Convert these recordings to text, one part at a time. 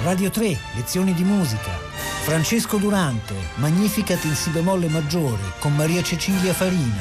Radio 3, lezioni di musica. Francesco Durante, Magnificat in si bemolle maggiore con Maria Cecilia Farina.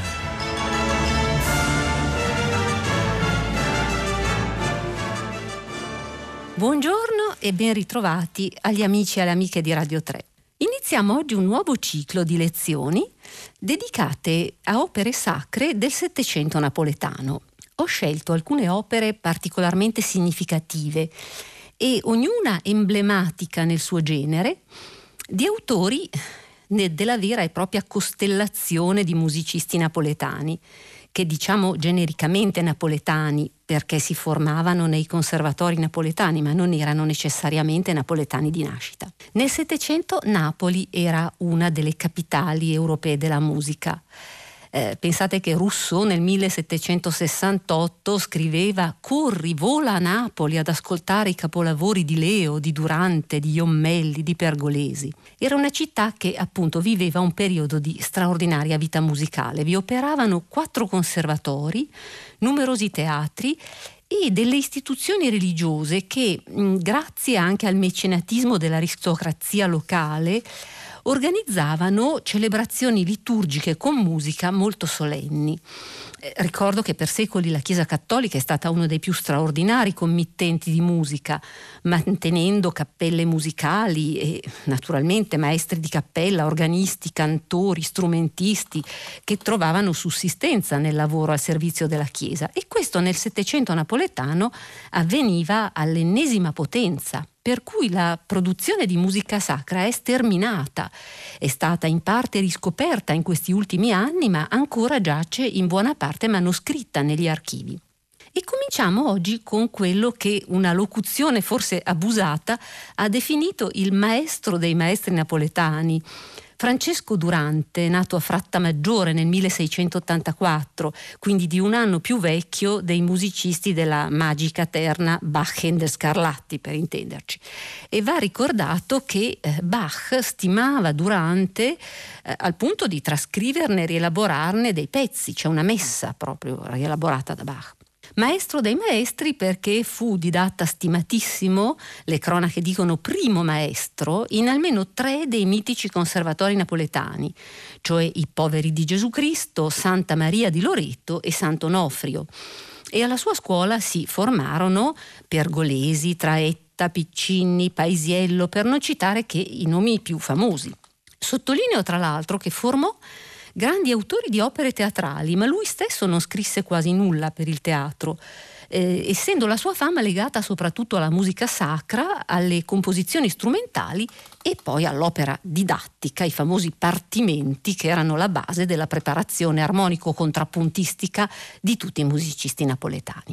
Buongiorno e ben ritrovati agli amici e alle amiche di Radio 3. Iniziamo oggi un nuovo ciclo di lezioni dedicate a opere sacre del Settecento napoletano. Ho scelto alcune opere particolarmente significative e ognuna emblematica nel suo genere, di autori della vera e propria costellazione di musicisti napoletani, che diciamo genericamente napoletani perché si formavano nei conservatori napoletani, ma non erano necessariamente napoletani di nascita. Nel Settecento Napoli era una delle capitali europee della musica. Pensate che Rousseau nel 1768 scriveva: corri, vola a Napoli ad ascoltare i capolavori di Leo, di Durante, di Jommelli, di Pergolesi. Era una città che appunto viveva un periodo di straordinaria vita musicale. Vi operavano 4 conservatori, numerosi teatri e delle istituzioni religiose che, grazie anche al mecenatismo dell'aristocrazia locale, organizzavano celebrazioni liturgiche con musica molto solenni. Ricordo che per secoli la Chiesa Cattolica è stata uno dei più straordinari committenti di musica, mantenendo cappelle musicali e naturalmente maestri di cappella, organisti, cantori, strumentisti che trovavano sussistenza nel lavoro al servizio della Chiesa, e questo nel Settecento napoletano avveniva all'ennesima potenza, per cui la produzione di musica sacra è sterminata, è stata in parte riscoperta in questi ultimi anni, ma ancora giace in buona parte manoscritta negli archivi. E cominciamo oggi con quello che una locuzione forse abusata ha definito il maestro dei maestri napoletani, Francesco Durante, nato a Frattamaggiore nel 1684, quindi di un anno più vecchio dei musicisti della magica terna Bach-Händel Scarlatti, per intenderci. E va ricordato che Bach stimava Durante al punto di trascriverne e rielaborarne dei pezzi. C'è una messa proprio rielaborata da Bach. Maestro dei maestri perché fu didatta stimatissimo, le cronache dicono primo maestro, in almeno 3 dei mitici conservatori napoletani, cioè i Poveri di Gesù Cristo, Santa Maria di Loreto e Sant'Onofrio. E alla sua scuola si formarono Pergolesi, Traetta, Piccini, Paisiello, per non citare che i nomi più famosi. Sottolineo tra l'altro che formò grandi autori di opere teatrali, ma lui stesso non scrisse quasi nulla per il teatro, essendo la sua fama legata soprattutto alla musica sacra, alle composizioni strumentali e poi all'opera didattica, i famosi partimenti che erano la base della preparazione armonico-contrappuntistica di tutti i musicisti napoletani.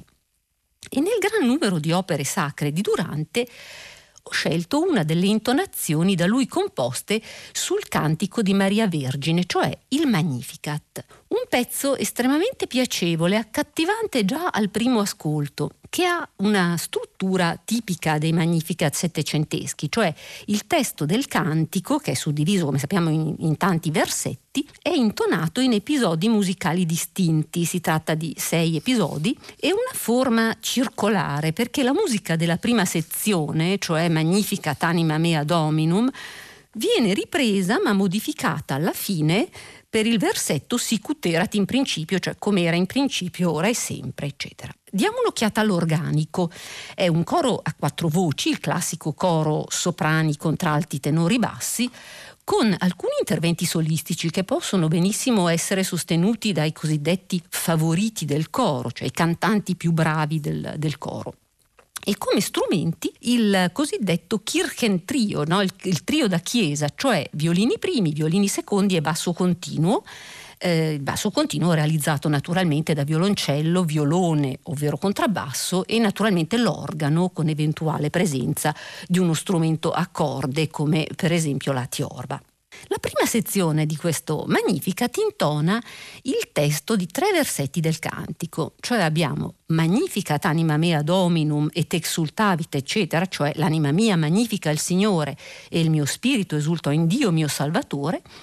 E nel gran numero di opere sacre di Durante ho scelto una delle intonazioni da lui composte sul cantico di Maria Vergine, cioè il Magnificat. Un pezzo estremamente piacevole, accattivante già al primo ascolto, che ha una struttura tipica dei Magnificat settecenteschi, cioè il testo del cantico, che è suddiviso come sappiamo in tanti versetti, è intonato in episodi musicali distinti. Si tratta di 6 episodi e una forma circolare, perché la musica della prima sezione, cioè Magnificat anima mea dominum, viene ripresa ma modificata alla fine per il versetto sicut erat in principio, cioè come era in principio, ora e sempre, eccetera. Diamo un'occhiata all'organico. È un coro a 4 voci, il classico coro soprani, contralti, tenori, bassi, con alcuni interventi solistici che possono benissimo essere sostenuti dai cosiddetti favoriti del coro, cioè i cantanti più bravi del coro. E come strumenti il cosiddetto Kirchentrio, no? il trio da chiesa, cioè violini primi, violini secondi e basso continuo. Il basso continuo realizzato naturalmente da violoncello, violone, ovvero contrabbasso, e naturalmente l'organo con eventuale presenza di uno strumento a corde come per esempio la tiorba. La prima sezione di questo Magnificat intona il testo di 3 versetti del cantico, cioè abbiamo Magnificat anima mea dominum et exultavit eccetera, cioè l'anima mia magnifica il Signore e il mio spirito esultò in Dio mio Salvatore.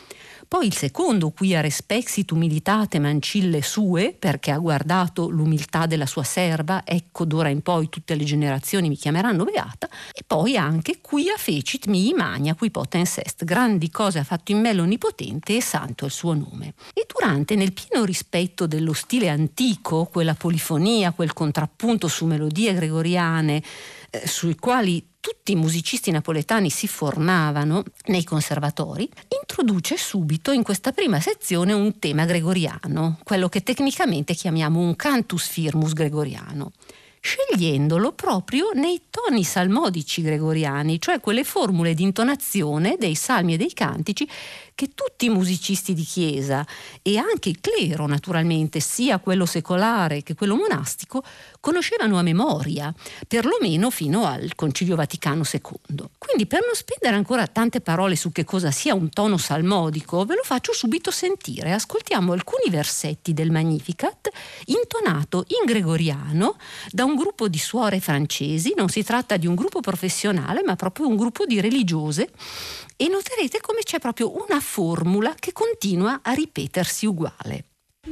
Poi il secondo, quia respexit humilitate mancille sue, perché ha guardato l'umiltà della sua serva, ecco d'ora in poi tutte le generazioni mi chiameranno beata. E poi anche quia fecit mihi magna qui potens est, grandi cose ha fatto in me l'Onnipotente e santo è il suo nome. E Durante, nel pieno rispetto dello stile antico, quella polifonia, quel contrappunto su melodie gregoriane sui quali tutti i musicisti napoletani si formavano nei conservatori, introduce subito in questa prima sezione un tema gregoriano, quello che tecnicamente chiamiamo un cantus firmus gregoriano, scegliendolo proprio nei toni salmodici gregoriani, cioè quelle formule di intonazione dei salmi e dei cantici che tutti i musicisti di chiesa e anche il clero, naturalmente, sia quello secolare che quello monastico, conoscevano a memoria, perlomeno fino al Concilio Vaticano II. Quindi, per non spendere ancora tante parole su che cosa sia un tono salmodico, ve lo faccio subito sentire. Ascoltiamo alcuni versetti del Magnificat intonato in gregoriano da un gruppo di suore francesi. Non si tratta di un gruppo professionale, ma proprio un gruppo di religiose, e noterete come c'è proprio una formula che continua a ripetersi uguale.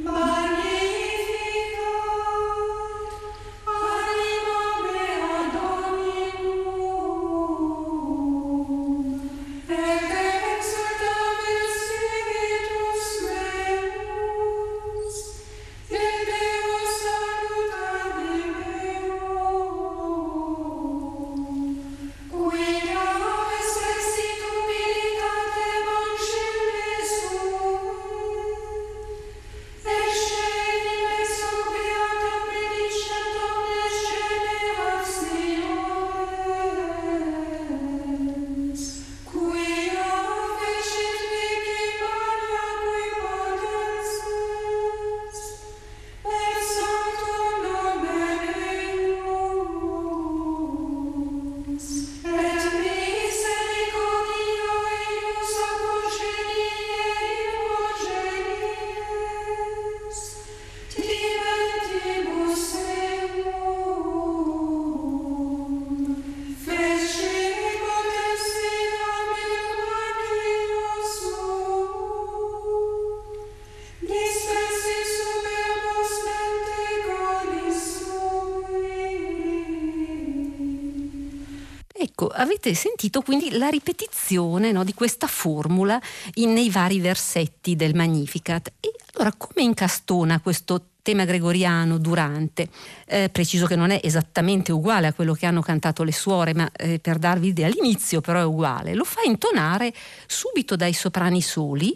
Avete sentito quindi la ripetizione, no, di questa formula nei vari versetti del Magnificat. E allora come incastona questo tema gregoriano Durante? Preciso che non è esattamente uguale a quello che hanno cantato le suore, ma per darvi idea all'inizio però è uguale. Lo fa intonare subito dai soprani soli,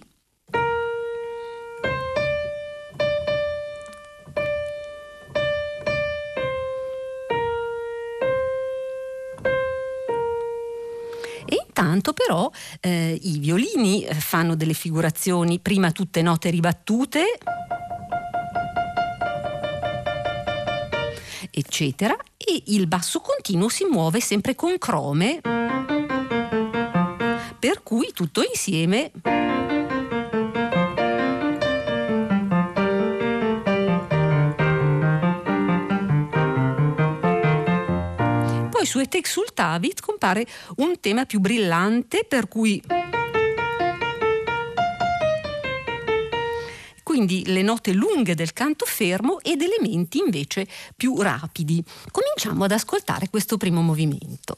tanto però i violini fanno delle figurazioni, prima tutte note ribattute, eccetera, e il basso continuo si muove sempre con crome, per cui tutto insieme su Et exultavit compare un tema più brillante, per cui quindi le note lunghe del canto fermo ed elementi invece più rapidi. Cominciamo ad ascoltare questo primo movimento.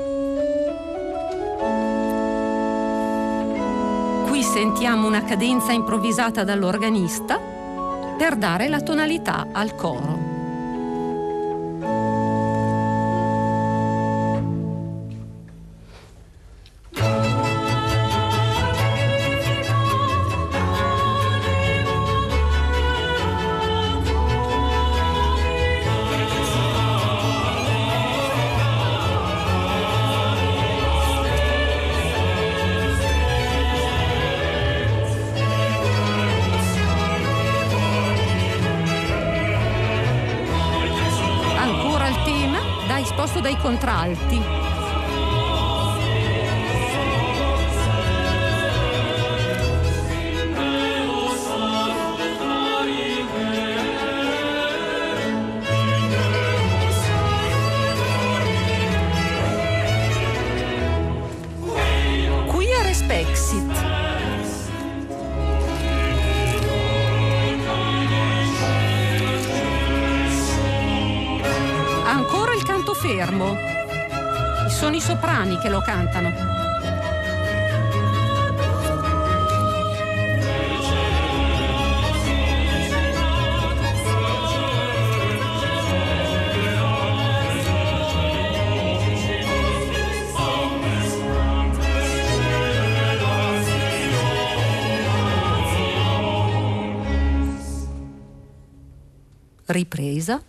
Qui sentiamo una cadenza improvvisata dall'organista per dare la tonalità al coro. Sposto dai contralti. Quia respexit. fermo. Sono i soprani che lo cantano. Ripresa.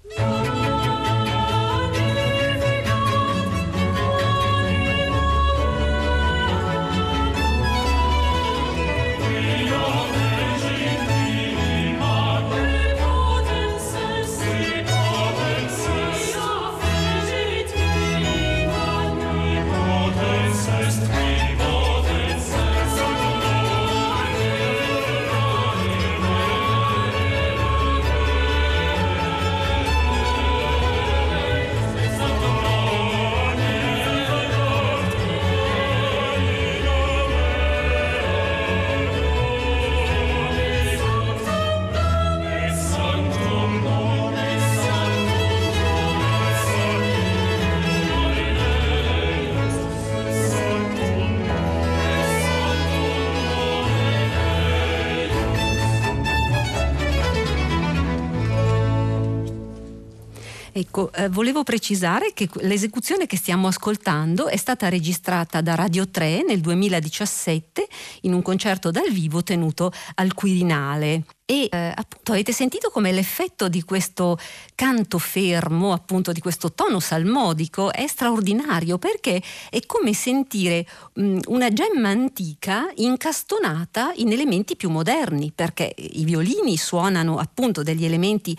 Ecco, volevo precisare che l'esecuzione che stiamo ascoltando è stata registrata da Radio 3 nel 2017 in un concerto dal vivo tenuto al Quirinale. E appunto avete sentito come l'effetto di questo canto fermo, appunto di questo tono salmodico è straordinario, perché è come sentire una gemma antica incastonata in elementi più moderni, perché i violini suonano appunto degli elementi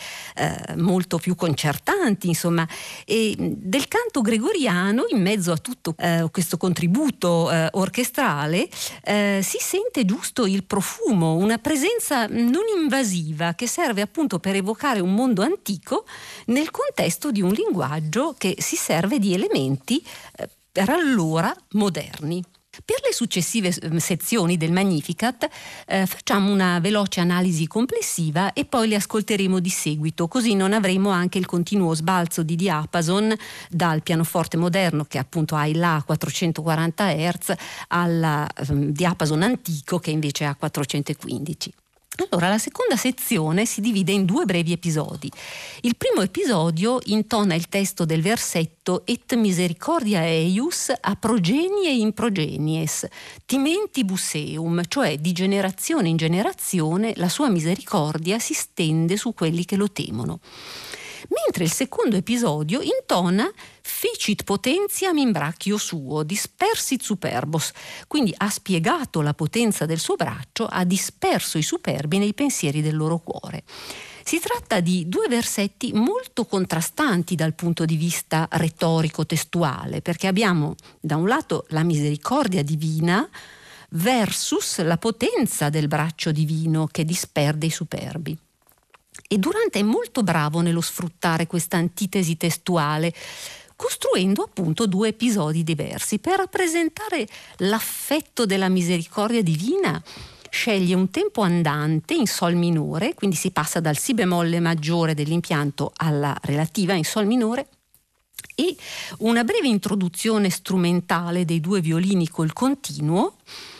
molto più concertanti, insomma, e del canto gregoriano in mezzo a tutto questo contributo orchestrale si sente giusto il profumo, una presenza non invasiva che serve appunto per evocare un mondo antico nel contesto di un linguaggio che si serve di elementi per allora moderni. Per le successive sezioni del Magnificat facciamo una veloce analisi complessiva e poi le ascolteremo di seguito, così non avremo anche il continuo sbalzo di diapason dal pianoforte moderno, che appunto ha il La a 440 Hz, al diapason antico che invece è a 415. Allora, la seconda sezione si divide in due brevi episodi. Il primo episodio intona il testo del versetto Et misericordia eius a progenie in progenies, timentibus eum, cioè di generazione in generazione la sua misericordia si stende su quelli che lo temono. Mentre il secondo episodio intona Fecit potentiam in brachio suo, dispersit superbos, quindi ha spiegato la potenza del suo braccio, ha disperso i superbi nei pensieri del loro cuore. Si tratta di due versetti molto contrastanti dal punto di vista retorico-testuale, perché abbiamo da un lato la misericordia divina versus la potenza del braccio divino che disperde i superbi. E Durante è molto bravo nello sfruttare questa antitesi testuale, costruendo appunto due episodi diversi. Per rappresentare l'affetto della misericordia divina sceglie un tempo andante in sol minore, quindi si passa dal si bemolle maggiore dell'impianto alla relativa in sol minore, e una breve introduzione strumentale dei due violini col continuo.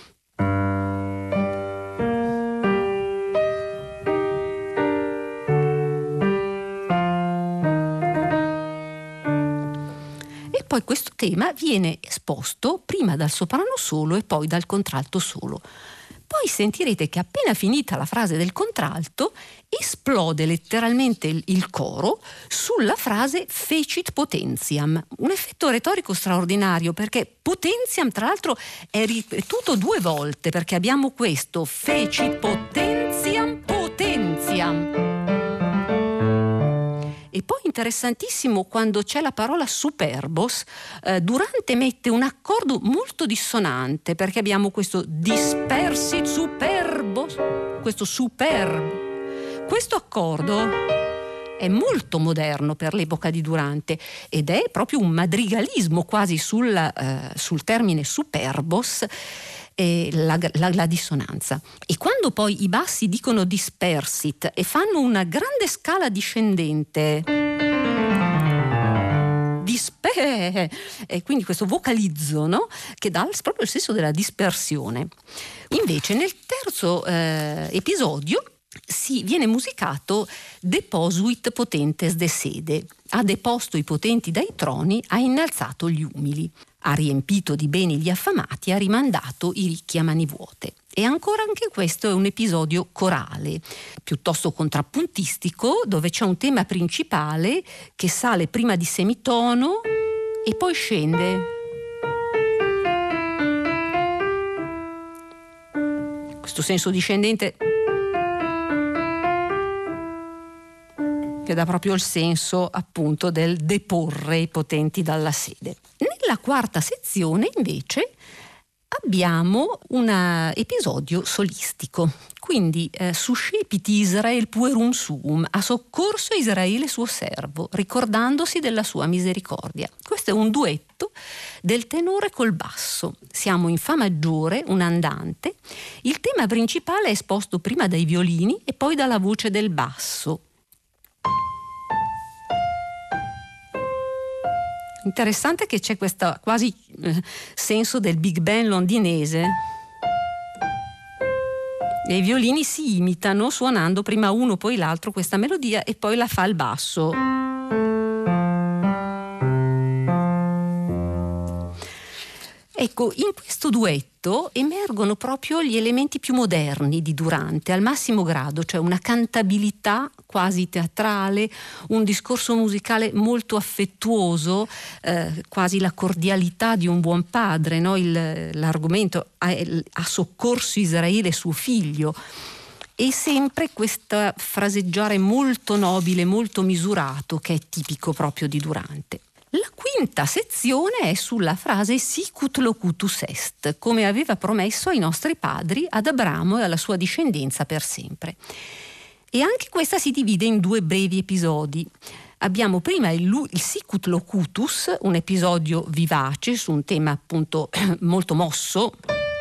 Poi questo tema viene esposto prima dal soprano solo e poi dal contralto solo. Poi sentirete che appena finita la frase del contralto esplode letteralmente il coro sulla frase Fecit potentiam, un effetto retorico straordinario, perché potentiam tra l'altro è ripetuto due volte, perché abbiamo questo Fecit potentiam potentiam. E poi interessantissimo quando c'è la parola superbos, Durante mette un accordo molto dissonante, perché abbiamo questo dispersit superbos, questo superbo. Questo accordo è molto moderno per l'epoca di Durante ed è proprio un madrigalismo quasi sul termine superbos, la dissonanza. E quando poi i bassi dicono dispersit e fanno una grande scala discendente, e quindi questo vocalizzo, no? Che dà proprio il senso della dispersione. Invece nel terzo episodio viene musicato Deposuit potentes de sede. Ha deposto i potenti dai troni, ha innalzato gli umili, ha riempito di beni gli affamati, ha rimandato i ricchi a mani vuote. E ancora anche questo è un episodio corale, piuttosto contrappuntistico, dove c'è un tema principale che sale prima di semitono e poi scende. Questo senso discendente che dà proprio il senso appunto del deporre i potenti dalla sede. Nella quarta sezione invece abbiamo un episodio solistico, quindi suscepit Israel puerum suum, ha soccorso Israele suo servo, ricordandosi della sua misericordia. Questo è un duetto del tenore col basso. Siamo in fa maggiore, un andante. Il tema principale è esposto prima dai violini e poi dalla voce del basso. Interessante che c'è questo quasi senso del Big Band londinese. E i violini si imitano suonando prima uno poi l'altro questa melodia e poi la fa il basso. Ecco, in questo duetto emergono proprio gli elementi più moderni di Durante, al massimo grado, cioè una cantabilità quasi teatrale, un discorso musicale molto affettuoso, quasi la cordialità di un buon padre, no? L'argomento ha soccorso Israele suo figlio, e sempre questo fraseggiare molto nobile, molto misurato, che è tipico proprio di Durante. La quinta sezione è sulla frase sicut locutus est, come aveva promesso ai nostri padri, ad Abramo e alla sua discendenza per sempre. E anche questa si divide in due brevi episodi. Abbiamo prima il sicut locutus, un episodio vivace su un tema appunto molto mosso,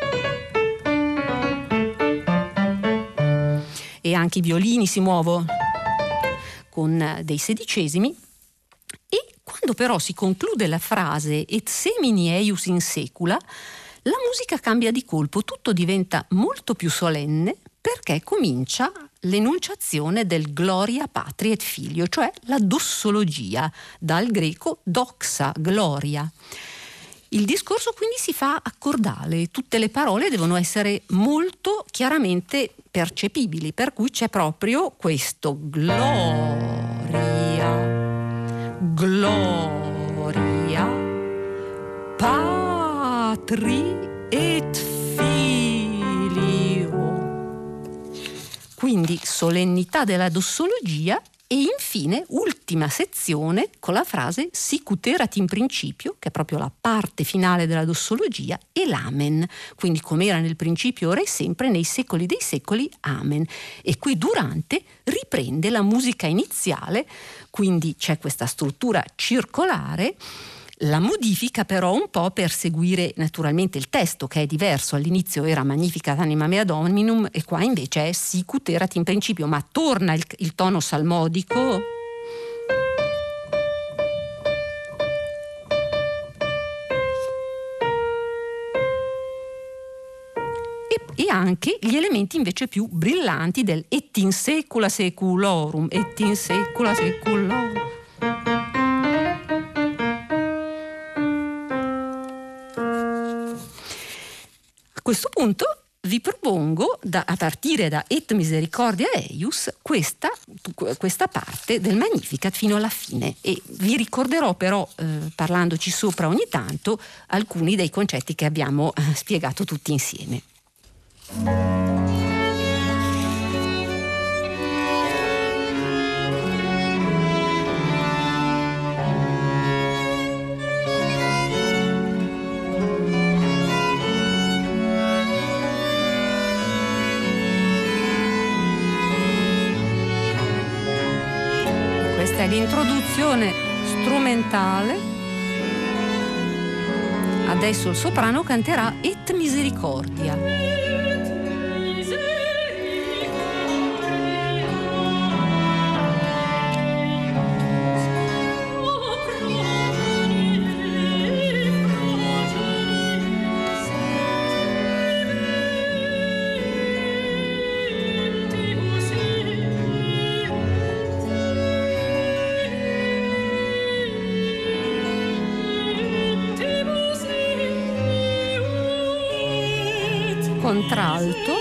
e anche i violini si muovono con dei sedicesimi. E quando però si conclude la frase et semini eius in secula, la musica cambia di colpo, tutto diventa molto più solenne, perché comincia l'enunciazione del Gloria Patri et Filio, cioè la dossologia, dal greco doxa, gloria. Il discorso quindi si fa accordale, tutte le parole devono essere molto chiaramente percepibili, per cui c'è proprio questo gloria, gloria, patri et filio. Quindi solennità della dossologia e infine ultima sezione con la frase sicut erat in principio, che è proprio la parte finale della dossologia, e l'amen. Quindi come era nel principio, ora e sempre, nei secoli dei secoli, amen. E qui Durante riprende la musica iniziale, quindi c'è questa struttura circolare, la modifica però un po' per seguire naturalmente il testo, che è diverso. All'inizio era Magnificat anima mea Dominum e qua invece è sicut erat in principio, ma torna il tono salmodico. E anche gli elementi invece più brillanti del et in secula seculorum, et in secula seculorum. A questo punto vi propongo, a partire da Et misericordia eius, questa parte del Magnificat fino alla fine, e vi ricorderò però, parlandoci sopra ogni tanto, alcuni dei concetti che abbiamo spiegato tutti insieme. Questa è l'introduzione strumentale. Adesso il soprano canterà Et misericordia. contralto,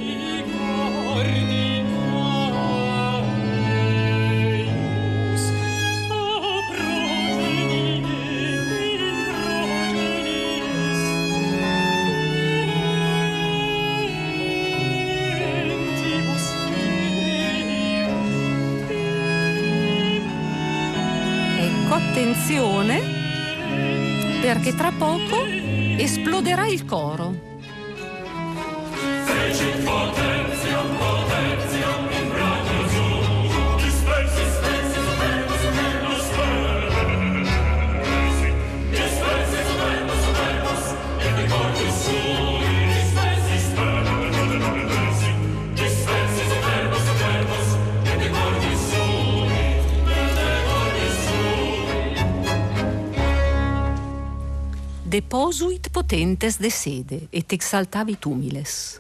ecco, attenzione, perché tra poco esploderà il coro. Deposuit potentes de sede et exaltavit humiles.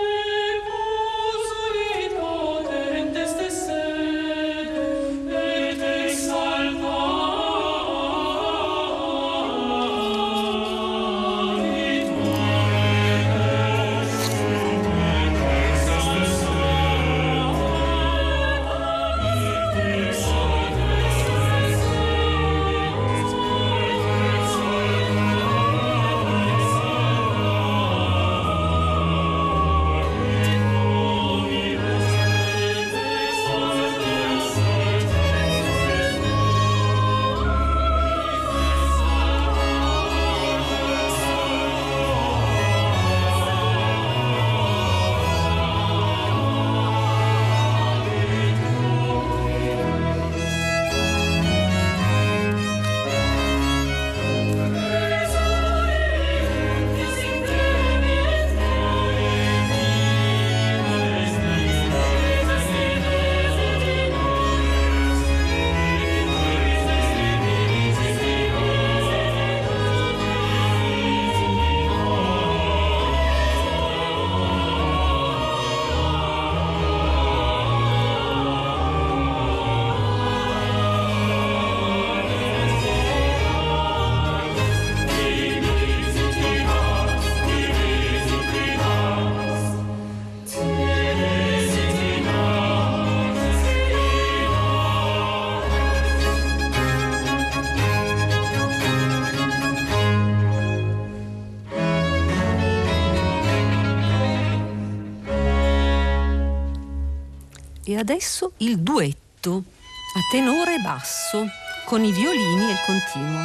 E adesso il duetto a tenore e basso con i violini e il continuo.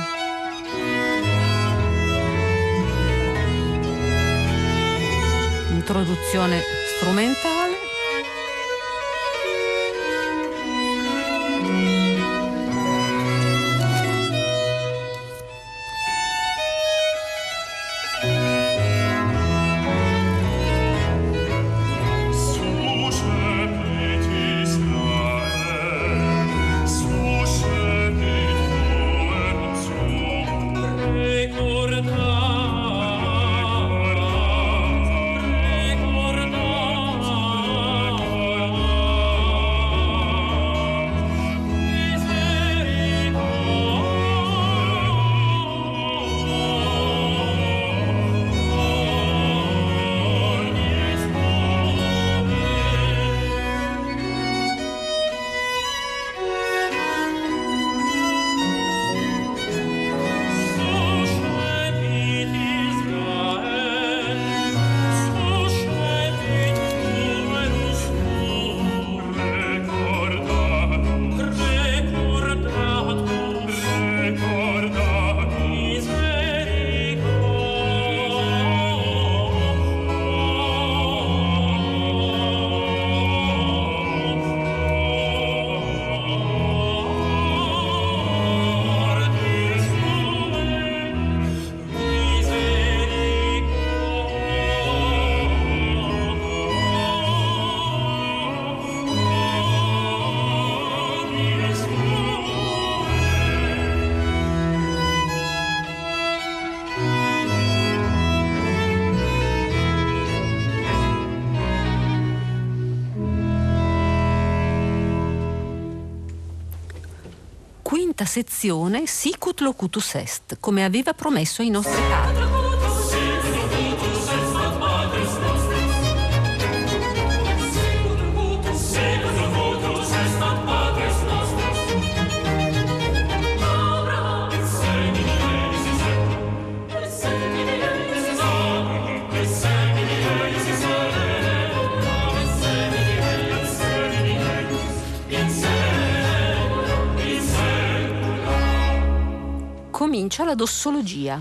Introduzione strumentale. Quinta sezione, Sicut locutus est, come aveva promesso ai nostri padri. comincia la dossologia.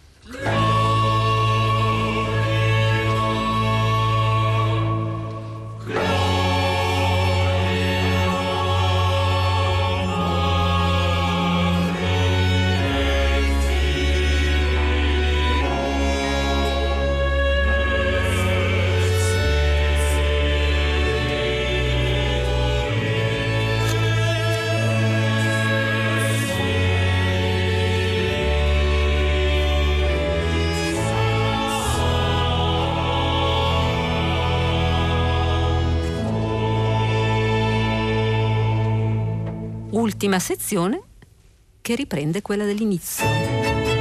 Ultima sezione che riprende quella dell'inizio.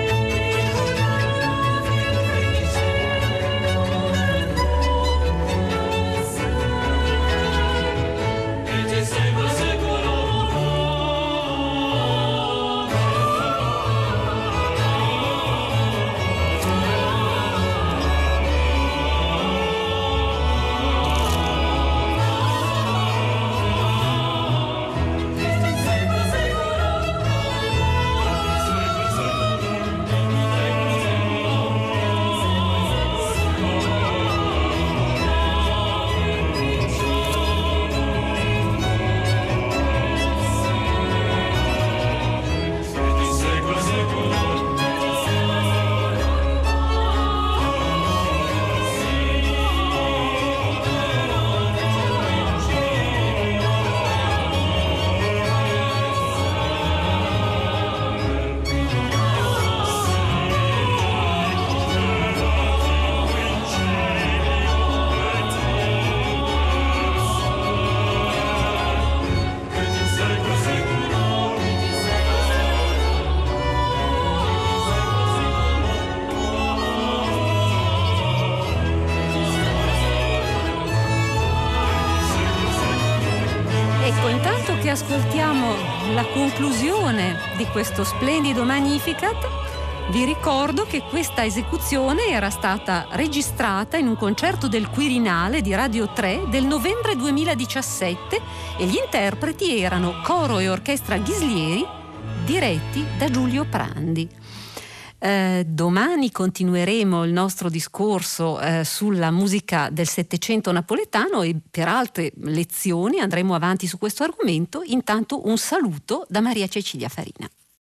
Intanto che ascoltiamo la conclusione di questo splendido Magnificat, vi ricordo che questa esecuzione era stata registrata in un concerto del Quirinale di Radio 3 del novembre 2017 e gli interpreti erano coro e orchestra Ghislieri diretti da Giulio Prandi. Domani continueremo il nostro discorso sulla musica del Settecento napoletano e per altre lezioni andremo avanti su questo argomento. Intanto un saluto da Maria Cecilia Farina.